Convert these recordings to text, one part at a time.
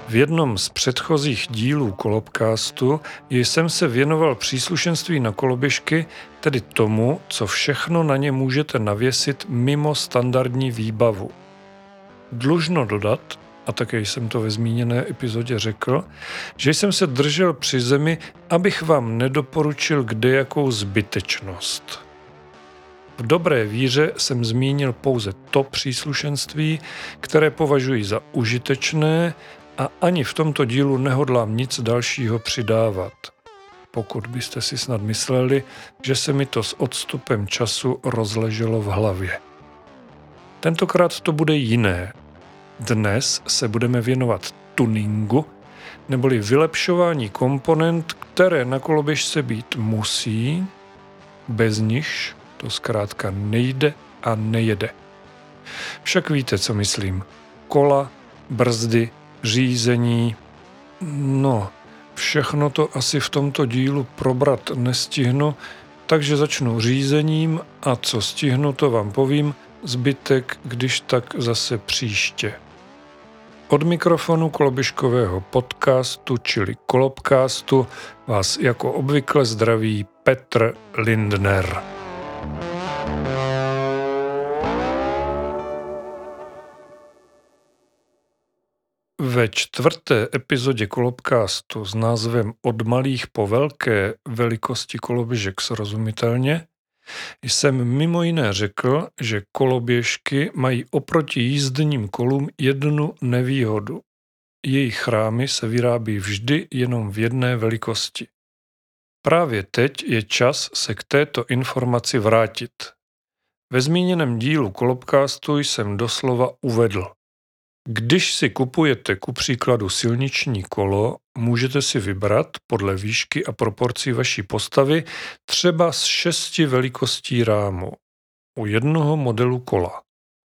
V jednom z předchozích dílů Kolobcastu jsem se věnoval příslušenství na koloběžky, tedy tomu, co všechno na ně můžete navěsit mimo standardní výbavu. Dlužno dodat, a také jsem to ve zmíněné epizodě řekl, že jsem se držel při zemi, abych vám nedoporučil kdejakou zbytečnost. V dobré víře jsem zmínil pouze to příslušenství, které považuji za užitečné, a ani v tomto dílu nehodlám nic dalšího přidávat. Pokud byste si snad mysleli, že se mi to s odstupem času rozleželo v hlavě. Tentokrát to bude jiné. Dnes se budeme věnovat tuningu, neboli vylepšování komponent, které na koloběžce být musí, bez nichž to zkrátka nejde a nejede. Však víte, co myslím. Kola, brzdy, řízení, všechno to asi v tomto dílu probrat nestihnu, takže začnu řízením a co stihnu, to vám povím, zbytek, když tak zase příště. Od mikrofonu koloběžkového podcastu, čili Kolobcastu, vás jako obvykle zdraví Petr Lindner. Ve 4. epizodě Kolobcastu s názvem Od malých po velké velikosti koloběžek srozumitelně jsem mimo jiné řekl, že koloběžky mají oproti jízdním kolům jednu nevýhodu. Jejich rámy se vyrábí vždy jenom v jedné velikosti. Právě teď je čas se k této informaci vrátit. Ve zmíněném dílu Kolobcastu jsem doslova uvedl: když si kupujete ku příkladu silniční kolo, můžete si vybrat podle výšky a proporcí vaší postavy třeba z 6 velikostí rámu u jednoho modelu kola.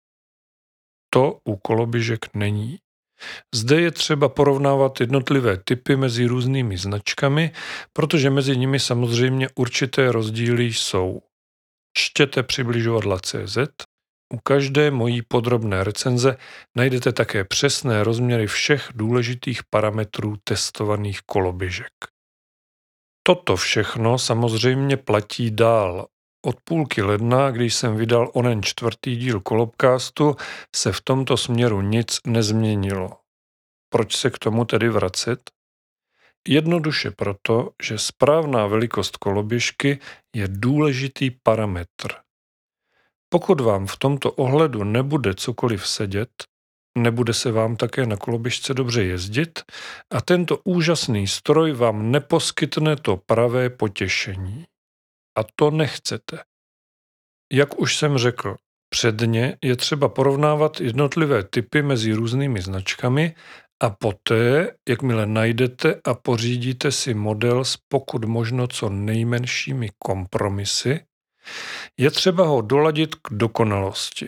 To u koloběžek není. Zde je třeba porovnávat jednotlivé typy mezi různými značkami, protože mezi nimi samozřejmě určité rozdíly jsou. Čtěte přibližovadla.cz. U každé mojí podrobné recenze najdete také přesné rozměry všech důležitých parametrů testovaných koloběžek. Toto všechno samozřejmě platí dál. Od půlky ledna, když jsem vydal onen 4. díl Kolobcastu, se v tomto směru nic nezměnilo. Proč se k tomu tedy vracet? Jednoduše proto, že správná velikost koloběžky je důležitý parametr. Pokud vám v tomto ohledu nebude cokoliv sedět, nebude se vám také na koloběžce dobře jezdit a tento úžasný stroj vám neposkytne to pravé potěšení. A to nechcete. Jak už jsem řekl, předně je třeba porovnávat jednotlivé typy mezi různými značkami a poté, jakmile najdete a pořídíte si model s pokud možno co nejmenšími kompromisy, je třeba ho doladit k dokonalosti.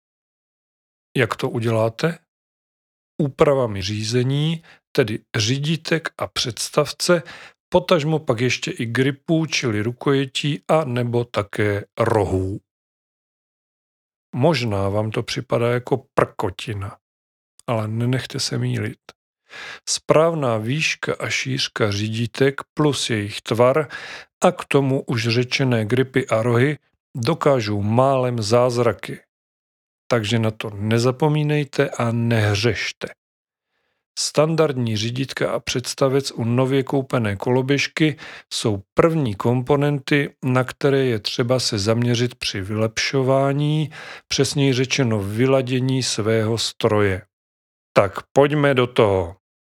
Jak to uděláte? Úpravami řízení, tedy řídítek a představce, potažmo pak ještě i gripů, čili rukojetí a nebo také rohů. Možná vám to připadá jako prkotina, ale nenechte se mýlit. Správná výška a šířka řídítek plus jejich tvar a k tomu už řečené gripy a rohy dokážou málem zázraky. Takže na to nezapomínejte a nehřešte. Standardní řídítka a představec u nově koupené koloběžky jsou první komponenty, na které je třeba se zaměřit při vylepšování, přesněji řečeno vyladění svého stroje. Tak pojďme do toho.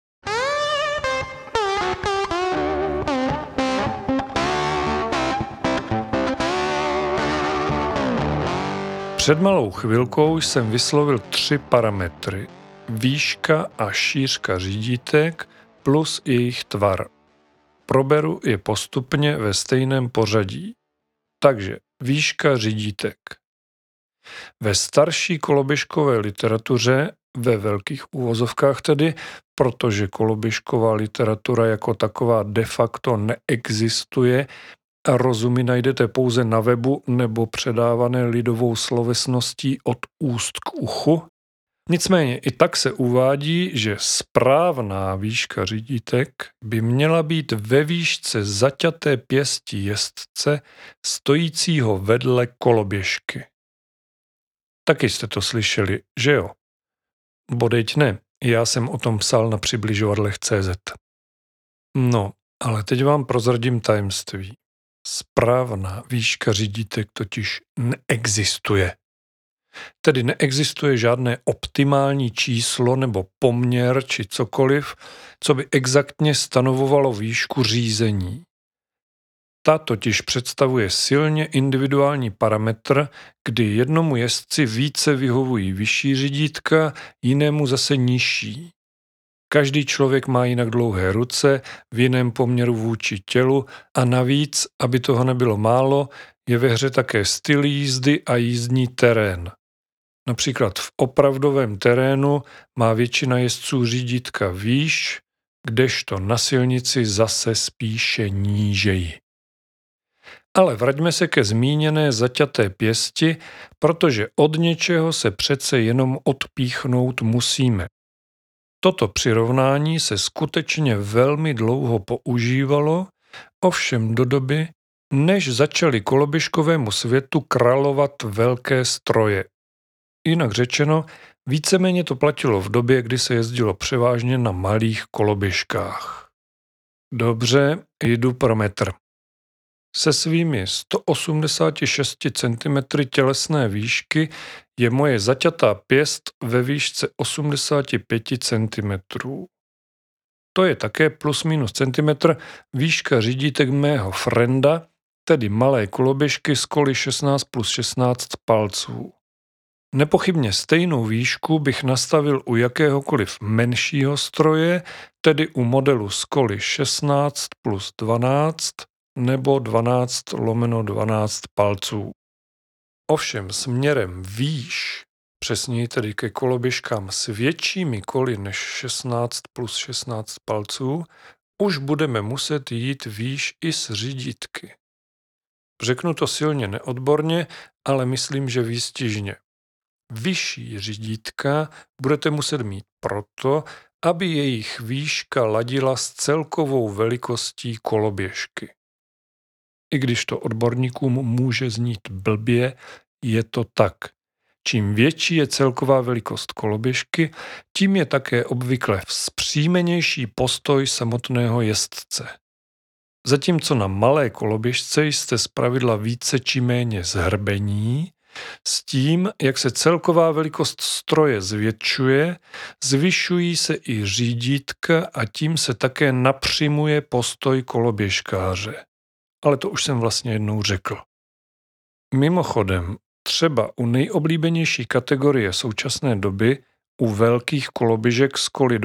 Před malou chvilkou jsem vyslovil 3 parametry. Výška a šířka řídítek plus jejich tvar. Proberu je postupně ve stejném pořadí. Takže výška řídítek. Ve starší koloběžkové literatuře, ve velkých uvozovkách tedy, protože koloběžková literatura jako taková de facto neexistuje a rozumy najdete pouze na webu nebo předávané lidovou slovesností od úst k uchu, Nicméně i tak se uvádí, že správná výška řídítek by měla být ve výšce zaťaté pěsti jezdce stojícího vedle koloběžky. Taky jste to slyšeli, že jo? Bodejť ne, já jsem o tom psal na přibližovadlech.cz. No, ale teď vám prozradím tajemství. Správná výška řídítek totiž neexistuje. Tedy neexistuje žádné optimální číslo nebo poměr či cokoliv, co by exaktně stanovovalo výšku řízení. Ta totiž představuje silně individuální parametr, kdy jednomu jezdci více vyhovují vyšší řídítka, jinému zase nižší. Každý člověk má jinak dlouhé ruce, v jiném poměru vůči tělu a navíc, aby toho nebylo málo, je ve hře také styl jízdy a jízdní terén. Například v opravdovém terénu má většina jezdců řídítka výš, kdežto na silnici zase spíše nížeji. Ale vraťme se ke zmíněné zaťaté pěsti, protože od něčeho se přece jenom odpíchnout musíme. Toto přirovnání se skutečně velmi dlouho používalo, ovšem do doby, než začaly koloběžkovému světu královat velké stroje. Jinak řečeno, víceméně to platilo v době, kdy se jezdilo převážně na malých koloběžkách. Dobře, jdu pro metr. Se svými 186 cm tělesné výšky je moje zaťatá pěst ve výšce 85 cm. To je také plus minus centimetr výška řídítek mého frenda, tedy malé koloběžky s koly 16 plus 16 palců. Nepochybně stejnou výšku bych nastavil u jakéhokoliv menšího stroje, tedy u modelu s koly 16 plus 12 nebo 12/12 palců. Ovšem směrem výš, přesněji tedy ke koloběžkám s většími koly než 16 plus 16 palců, už budeme muset jít výš i s řídítky. Řeknu to silně neodborně, ale myslím, že výstižně. Vyšší řídítka budete muset mít proto, aby jejich výška ladila s celkovou velikostí koloběžky. I když to odborníkům může znít blbě, je to tak. Čím větší je celková velikost koloběžky, tím je také obvykle vzpřímenější postoj samotného jezdce. Zatímco na malé koloběžce jste zpravidla více či méně zhrbení, s tím, jak se celková velikost stroje zvětšuje, zvyšují se i řídítka a tím se také napřimuje postoj koloběžkáře. Ale to už jsem vlastně jednou řekl. Mimochodem, třeba u nejoblíbenější kategorie současné doby, u velkých koloběžek s koly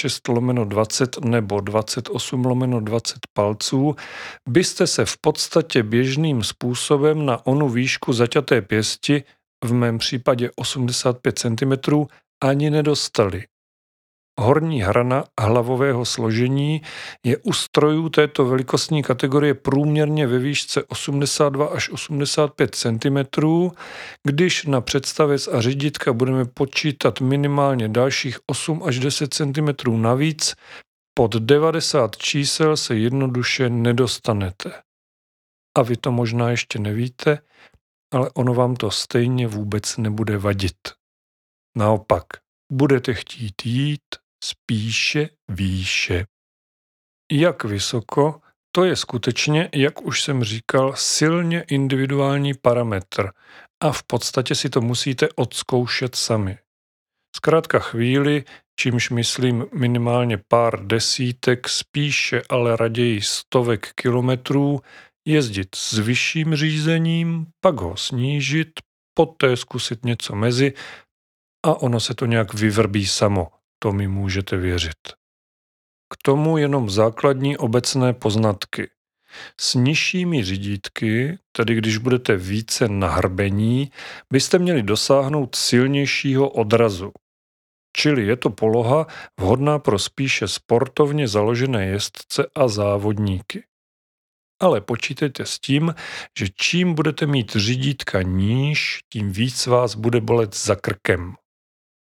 26/20 nebo 28/20 palců, byste se v podstatě běžným způsobem na onu výšku zaťaté pěsti, v mém případě 85 cm, ani nedostali. Horní hrana hlavového složení je u strojů této velikostní kategorie průměrně ve výšce 82 až 85 cm, když na představec a řídítka budeme počítat minimálně dalších 8 až 10 cm navíc, pod 90 čísel se jednoduše nedostanete. A vy to možná ještě nevíte, ale ono vám to stejně vůbec nebude vadit. Naopak, budete chtít jít spíše výše. Jak vysoko, to je skutečně, jak už jsem říkal, silně individuální parametr a v podstatě si to musíte odzkoušet sami. Zkrátka chvíli, čímž myslím minimálně pár desítek, spíše ale raději stovek kilometrů, jezdit s vyšším řízením, pak ho snížit, poté zkusit něco mezi a ono se to nějak vyvrbí samo. To mi můžete věřit. K tomu jenom základní obecné poznatky. S nižšími řídítky, tedy když budete více nahrbení, byste měli dosáhnout silnějšího odrazu. Čili je to poloha vhodná pro spíše sportovně založené jezdce a závodníky. Ale počítejte s tím, že čím budete mít řídítka níž, tím víc vás bude bolet za krkem.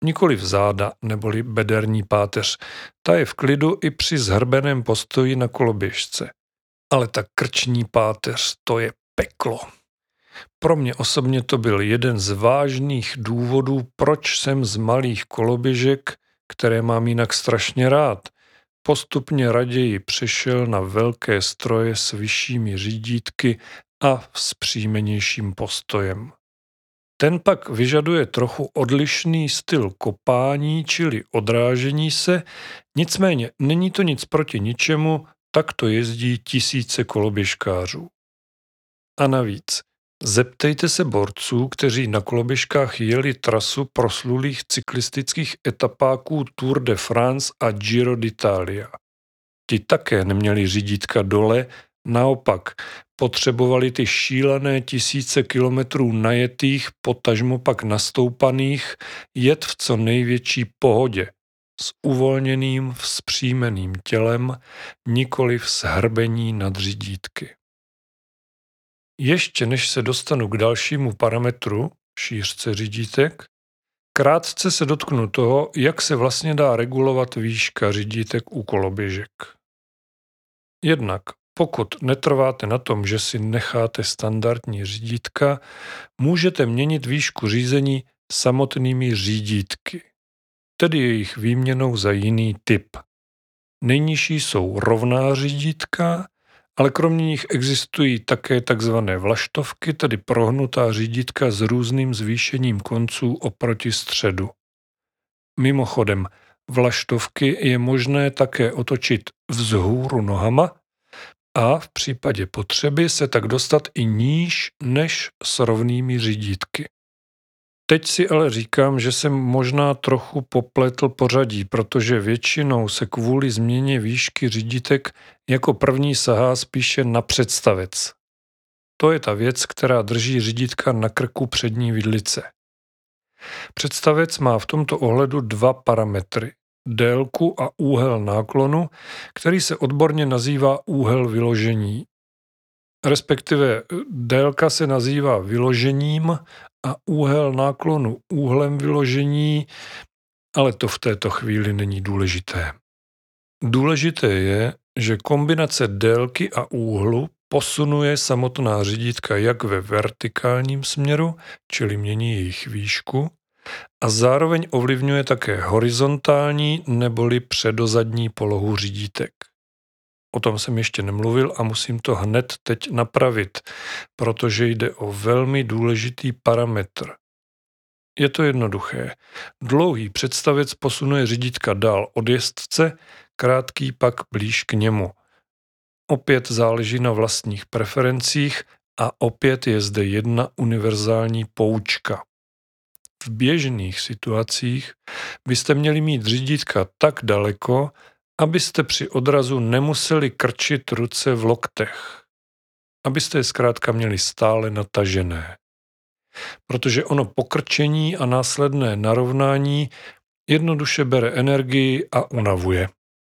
Nikoliv záda neboli bederní páteř. Ta je v klidu i při zhrbeném postoji na koloběžce. Ale ta krční páteř, to je peklo. Pro mě osobně to byl jeden z vážných důvodů, proč jsem z malých koloběžek, které mám jinak strašně rád, postupně raději přešel na velké stroje s vyššími řídítky a s příjmenějším postojem. Ten pak vyžaduje trochu odlišný styl kopání, čili odrážení se, nicméně není to nic proti ničemu, tak to jezdí tisíce koloběžkářů. A navíc, zeptejte se borců, kteří na koloběžkách jeli trasu proslulých cyklistických etapáků Tour de France a Giro d'Italia. Ti také neměli řídítka dole, naopak potřebovali ty šílené tisíce kilometrů najetých, potažmo pak nastoupaných, jet v co největší pohodě, s uvolněným, vzpřímeným tělem, nikoliv s hrbení nad řídítky. Ještě než se dostanu k dalšímu parametru, šířce řídítek, krátce se dotknu toho, jak se vlastně dá regulovat výška řídítek u koloběžek. Jednak, pokud netrváte na tom, že si necháte standardní řídítka, můžete měnit výšku řízení samotnými řídítky, tedy jejich výměnou za jiný typ. Nejnižší jsou rovná řídítka, ale kromě nich existují také takzvané vlaštovky, tedy prohnutá řídítka s různým zvýšením konců oproti středu. Mimochodem, vlaštovky je možné také otočit vzhůru nohama a v případě potřeby se tak dostat i níž než s rovnými řídítky. Teď si ale říkám, že jsem možná trochu popletl pořadí, protože většinou se kvůli změně výšky řídítek jako první sahá spíše na představec. To je ta věc, která drží řídítka na krku přední vidlice. Představec má v tomto ohledu dva parametry. Délku a úhel náklonu, který se odborně nazývá úhel vyložení. Respektive délka se nazývá vyložením a úhel náklonu úhlem vyložení, ale to v této chvíli není důležité. Důležité je, že kombinace délky a úhlu posunuje samotná řídítka jak ve vertikálním směru, čili mění jejich výšku, a zároveň ovlivňuje také horizontální neboli předozadní polohu řídítek. O tom jsem ještě nemluvil a musím to hned teď napravit, protože jde o velmi důležitý parametr. Je to jednoduché. Dlouhý představec posunuje řídítka dál od jezdce, krátký pak blíž k němu. Opět záleží na vlastních preferencích a opět je zde jedna univerzální poučka. V běžných situacích byste měli mít řídítka tak daleko, abyste při odrazu nemuseli krčit ruce v loktech. Abyste je zkrátka měli stále natažené. Protože ono pokrčení a následné narovnání jednoduše bere energii a unavuje.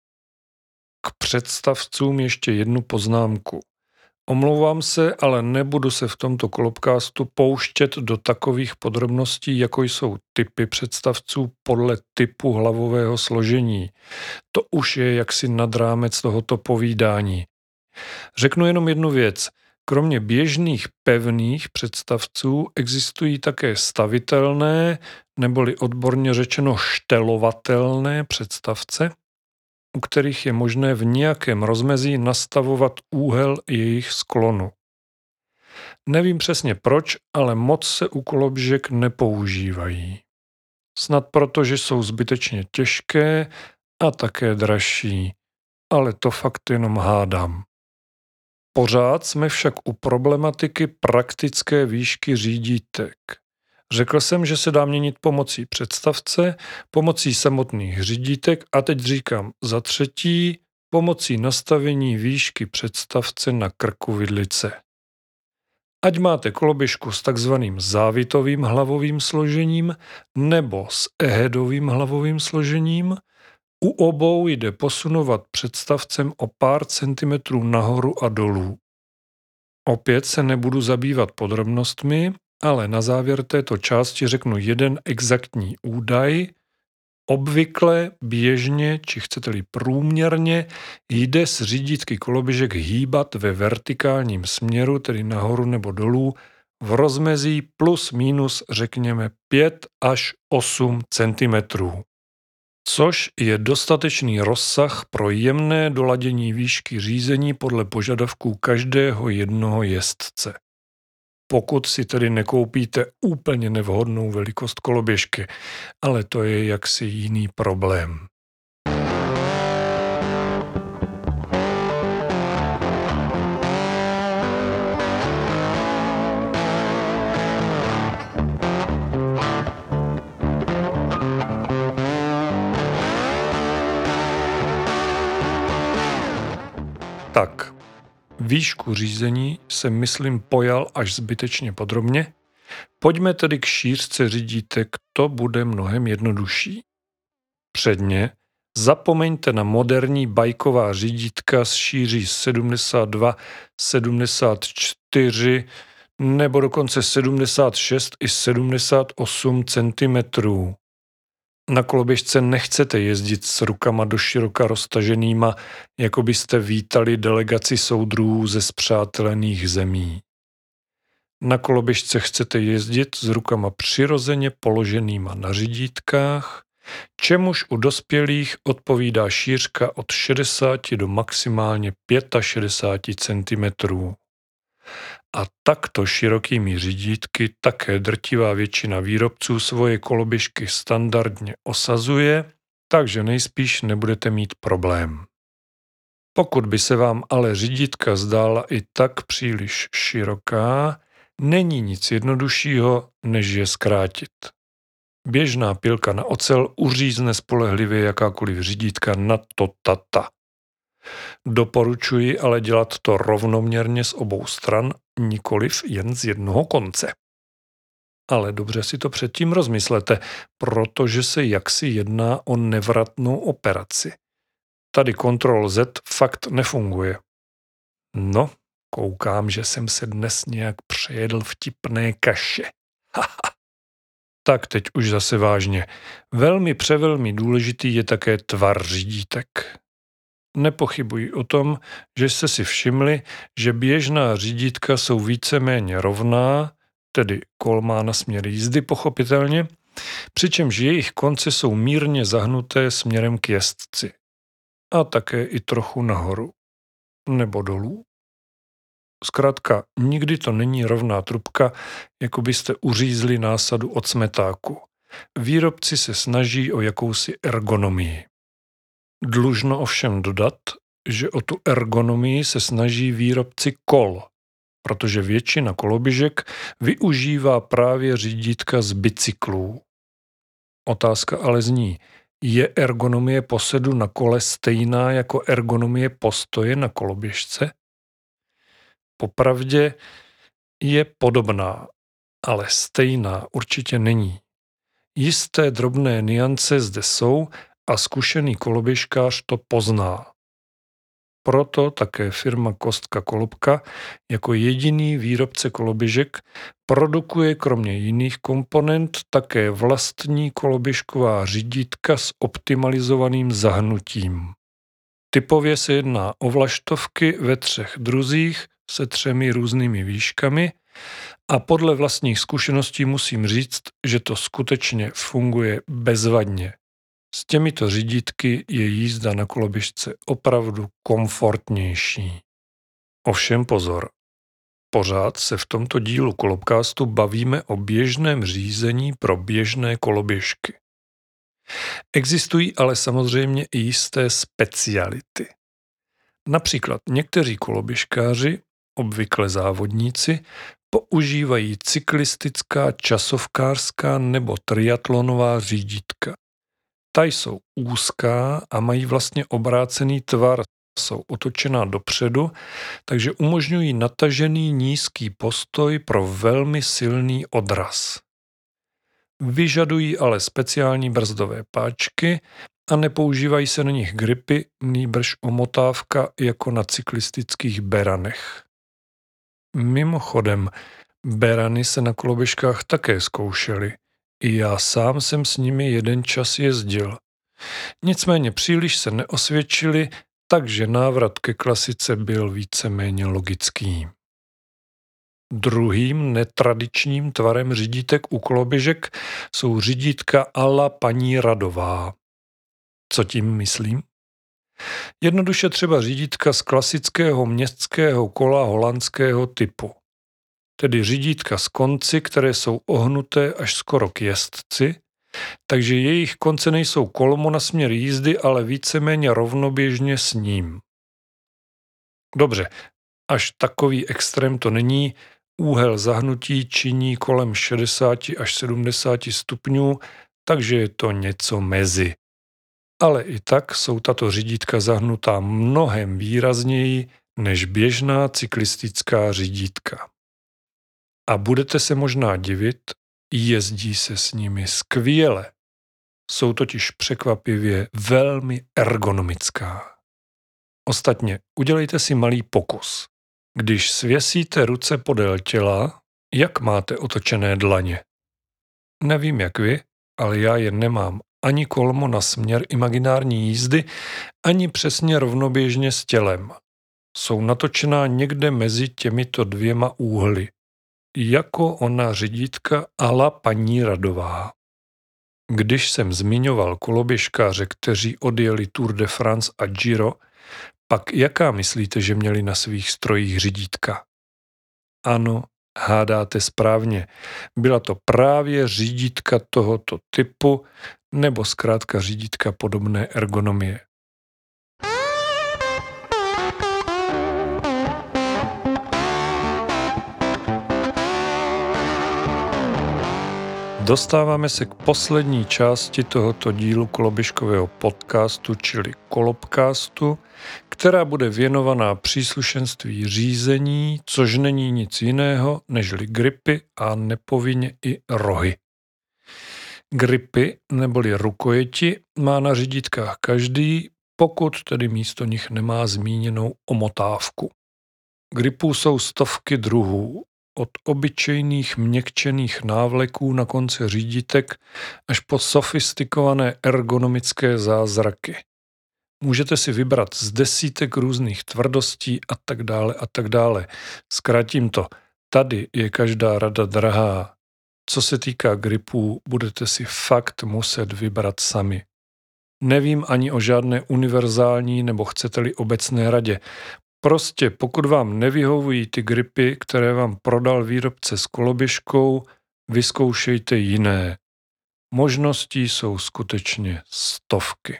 K představcům ještě jednu poznámku. Omlouvám se, ale nebudu se v tomto kolobcastu pouštět do takových podrobností, jako jsou typy představců podle typu hlavového složení. To už je jaksi nad rámec tohoto povídání. Řeknu jenom jednu věc. Kromě běžných pevných představců existují také stavitelné, neboli odborně řečeno štelovatelné představce, u kterých je možné v nějakém rozmezí nastavovat úhel jejich sklonu. Nevím přesně proč, ale moc se u koloběžek nepoužívají. Snad proto, že jsou zbytečně těžké a také dražší, ale to fakt jenom hádám. Pořád jsme však u problematiky praktické výšky řídítek. Řekl jsem, že se dá měnit pomocí představce, pomocí samotných řídítek a teď říkám za třetí pomocí nastavení výšky představce na krku vidlice. Ať máte koloběžku s takzvaným závitovým hlavovým složením nebo s ehedovým hlavovým složením, u obou jde posunovat představcem o pár centimetrů nahoru a dolů. Opět se nebudu zabývat podrobnostmi, ale na závěr této části řeknu jeden exaktní údaj, Obvykle, běžně, či chcete-li průměrně, jde s řídítky koloběžek hýbat ve vertikálním směru, tedy nahoru nebo dolů, v rozmezí plus minus řekněme 5 až 8 cm, což je dostatečný rozsah pro jemné doladění výšky řízení podle požadavků každého jednoho jezdce. Pokud si tedy nekoupíte úplně nevhodnou velikost koloběžky, ale to je jaksi jiný problém. Tak, výšku řízení jsem myslím pojal až zbytečně podrobně. Pojďme tedy k šířce řídítek, to bude mnohem jednodušší. Předně zapomeňte na moderní bajková řídítka s šíří 72, 74 nebo dokonce 76 i 78 cm. Na koloběžce nechcete jezdit s rukama doširoka roztaženýma, jako byste vítali delegaci soudruhů ze spřátelených zemí. Na koloběžce chcete jezdit s rukama přirozeně položenýma na řídítkách, čemuž u dospělých odpovídá šířka od 60 do maximálně 65 cm. A takto širokými řídítky také drtivá většina výrobců svoje koloběžky standardně osazuje, takže nejspíš nebudete mít problém. Pokud by se vám ale řídítka zdála i tak příliš široká, není nic jednoduššího, než je zkrátit. Běžná pilka na ocel uřízne spolehlivě jakákoliv řídítka na to tata. Doporučuji ale dělat to rovnoměrně z obou stran, nikoliv jen z jednoho konce. Ale dobře si to předtím rozmyslete, protože se jaksi jedná o nevratnou operaci. Tady Ctrl+Z fakt nefunguje. No, koukám, že jsem se dnes nějak přejedl vtipné kaše. Tak teď už zase vážně. Velmi důležitý je také tvar řídítek. Nepochybuji o tom, že jste si všimli, že běžná řídítka jsou víceméně rovná, tedy kol má na směr jízdy pochopitelně, přičemž jejich konce jsou mírně zahnuté směrem k jezdci. A také i trochu nahoru. Nebo dolů. Zkrátka, nikdy to není rovná trubka, jako byste uřízli násadu od smetáku. Výrobci se snaží o jakousi ergonomii. Dlužno ovšem dodat, že o tu ergonomii se snaží výrobci kol, protože většina koloběžek využívá právě řídítka z bicyklů. Otázka ale zní, je ergonomie posedu na kole stejná jako ergonomie postoje na koloběžce? Popravdě je podobná, ale stejná určitě není. Jisté drobné nuance zde jsou a zkušený koloběžkář to pozná. Proto také firma Kostka Kolobka jako jediný výrobce koloběžek produkuje kromě jiných komponent také vlastní koloběžková řídítka s optimalizovaným zahnutím. Typově se jedná o vlaštovky ve 3 druzích se 3 různými výškami a podle vlastních zkušeností musím říct, že to skutečně funguje bezvadně. S těmito řídítky je jízda na koloběžce opravdu komfortnější. Ovšem pozor, pořád se v tomto dílu Kolobcastu bavíme o běžném řízení pro běžné koloběžky. Existují ale samozřejmě i jisté speciality. Například někteří koloběžkáři, obvykle závodníci, používají cyklistická, časovkářská nebo triatlonová řídítka. Ta jsou úzká a mají vlastně obrácený tvar, jsou otočená dopředu, takže umožňují natažený nízký postoj pro velmi silný odraz. Vyžadují ale speciální brzdové páčky a nepoužívají se na nich gripy, nýbrž omotávka jako na cyklistických beranech. Mimochodem, berany se na koloběžkách také zkoušely, I já sám jsem s nimi jeden čas jezdil. Nicméně příliš se neosvědčili, takže návrat ke klasice byl víceméně logický. Druhým netradičním tvarem řídítek u koloběžek jsou řídítka a la paní Radová. Co tím myslím? Jednoduše třeba řídítka z klasického městského kola holandského typu. Tedy řídítka s konci, které jsou ohnuté až skoro k jezdci, takže jejich konce nejsou kolmo na směr jízdy, ale víceméně rovnoběžně s ním. Dobře, až takový extrém to není, úhel zahnutí činí kolem 60 až 70 stupňů, takže je to něco mezi. Ale i tak jsou tato řídítka zahnutá mnohem výrazněji než běžná cyklistická řídítka. A budete se možná divit, jezdí se s nimi skvěle. Jsou totiž překvapivě velmi ergonomická. Ostatně udělejte si malý pokus. Když svěsíte ruce podél těla, jak máte otočené dlaně? Nevím jak vy, ale já je nemám ani kolmo na směr imaginární jízdy, ani přesně rovnoběžně s tělem. Jsou natočená někde mezi těmito dvěma úhly. Jako ona řídítka a la paní Radová. Když jsem zmiňoval koloběžkáře, kteří odjeli Tour de France a Giro, pak jaká myslíte, že měli na svých strojích řídítka? Ano, hádáte správně. Byla to právě řídítka tohoto typu nebo zkrátka řídítka podobné ergonomie. Dostáváme se k poslední části tohoto dílu koloběžkového podcastu, čili Kolobcastu, která bude věnovaná příslušenství řízení, což není nic jiného nežli gripy a nepovinně i rohy. Gripy neboli rukojeti má na řídítkách každý, pokud tedy místo nich nemá zmíněnou omotávku. Gripů jsou stovky druhů, od obyčejných měkčených návleků na konci řídítek až po sofistikované ergonomické zázraky. Můžete si vybrat z desítek různých tvrdostí a tak dále a tak dále. Zkrátím to, tady je každá rada drahá. Co se týká gripů, budete si fakt muset vybrat sami. Nevím ani o žádné univerzální nebo chcete-li obecné radě. Prostě pokud vám nevyhovují ty gripy, které vám prodal výrobce s koloběžkou, vyzkoušejte jiné. Možností jsou skutečně stovky.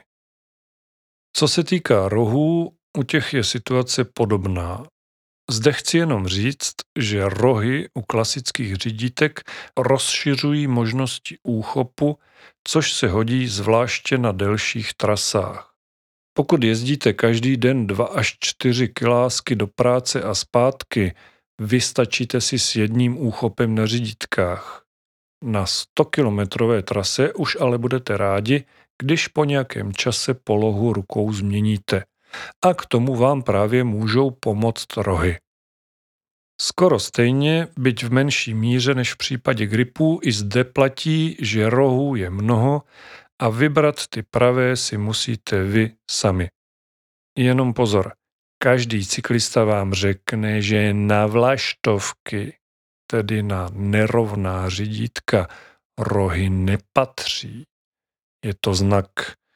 Co se týká rohů, u těch je situace podobná. Zde chci jenom říct, že rohy u klasických řídítek rozšiřují možnosti úchopu, což se hodí zvláště na delších trasách. Pokud jezdíte každý den 2 až 4 kilásky do práce a zpátky, vystačíte si s jedním úchopem na řídítkách. Na 100-kilometrové trase už ale budete rádi, když po nějakém čase polohu rukou změníte. A k tomu vám právě můžou pomoct rohy. Skoro stejně, byť v menší míře než v případě gripů, i zde platí, že rohů je mnoho a vybrat ty pravé si musíte vy sami. Jenom pozor, každý cyklista vám řekne, že na vlaštovky, tedy na nerovná řídítka, rohy nepatří. Je to znak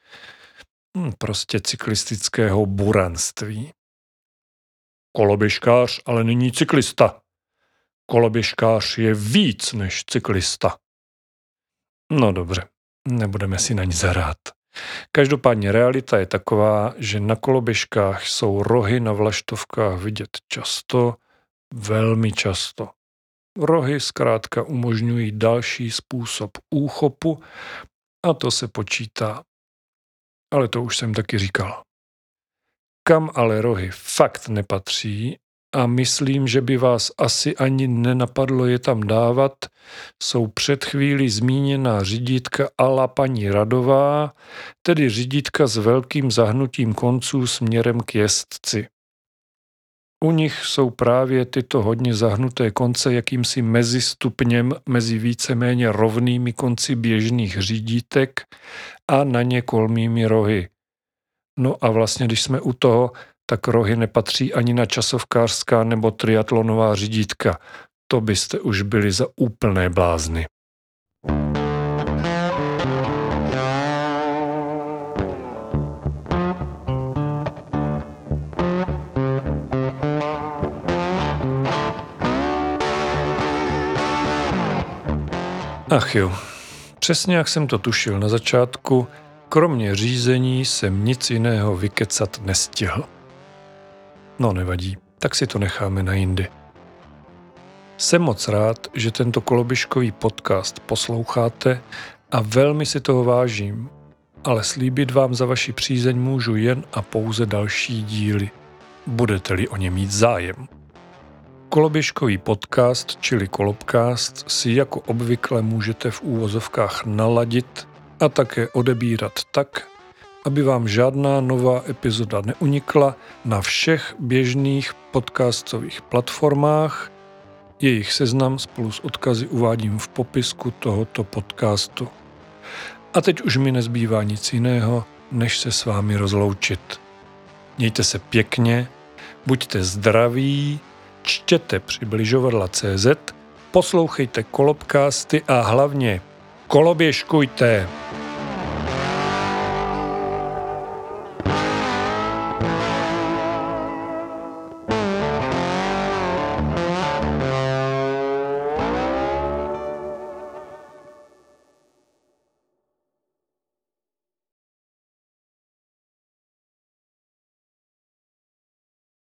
prostě cyklistického buranství. Koloběžkář ale není cyklista. Koloběžkář je víc než cyklista. No dobře, nebudeme si na ní zahrát. Každopádně realita je taková, že na koloběžkách jsou rohy na vlaštovkách vidět často, velmi často. Rohy zkrátka umožňují další způsob úchopu a to se počítá. Ale to už jsem taky říkal. Kam ale rohy fakt nepatří a myslím, že by vás asi ani nenapadlo je tam dávat, jsou před chvílí zmíněná řídítka a la paní Radová, tedy řídítka s velkým zahnutím konců směrem k jezdci. U nich jsou právě tyto hodně zahnuté konce jakýmsi mezistupněm mezi víceméně rovnými konci běžných řídítek a na ně kolmými rohy. No a vlastně, když jsme u toho, tak rohy nepatří ani na časovkářská nebo triatlonová řídítka. To byste už byli za úplné blázny. Ach jo, přesně jak jsem to tušil na začátku, kromě řízení jsem nic jiného vykecat nestihl. No nevadí, tak si to necháme na jindy. Jsem moc rád, že tento koloběžkový podcast posloucháte a velmi si toho vážím, ale slíbit vám za vaši přízeň můžu jen a pouze další díly, budete-li o ně mít zájem. Koloběžkový podcast, čili Kolobcast, si jako obvykle můžete v úvozovkách naladit a také odebírat tak, aby vám žádná nová epizoda neunikla na všech běžných podcastových platformách. Jejich seznam spolu s odkazy uvádím v popisku tohoto podcastu. A teď už mi nezbývá nic jiného, než se s vámi rozloučit. Mějte se pěkně, buďte zdraví, čtěte přibližovadla.cz, poslouchejte Kolobcasty a hlavně koloběžkujte!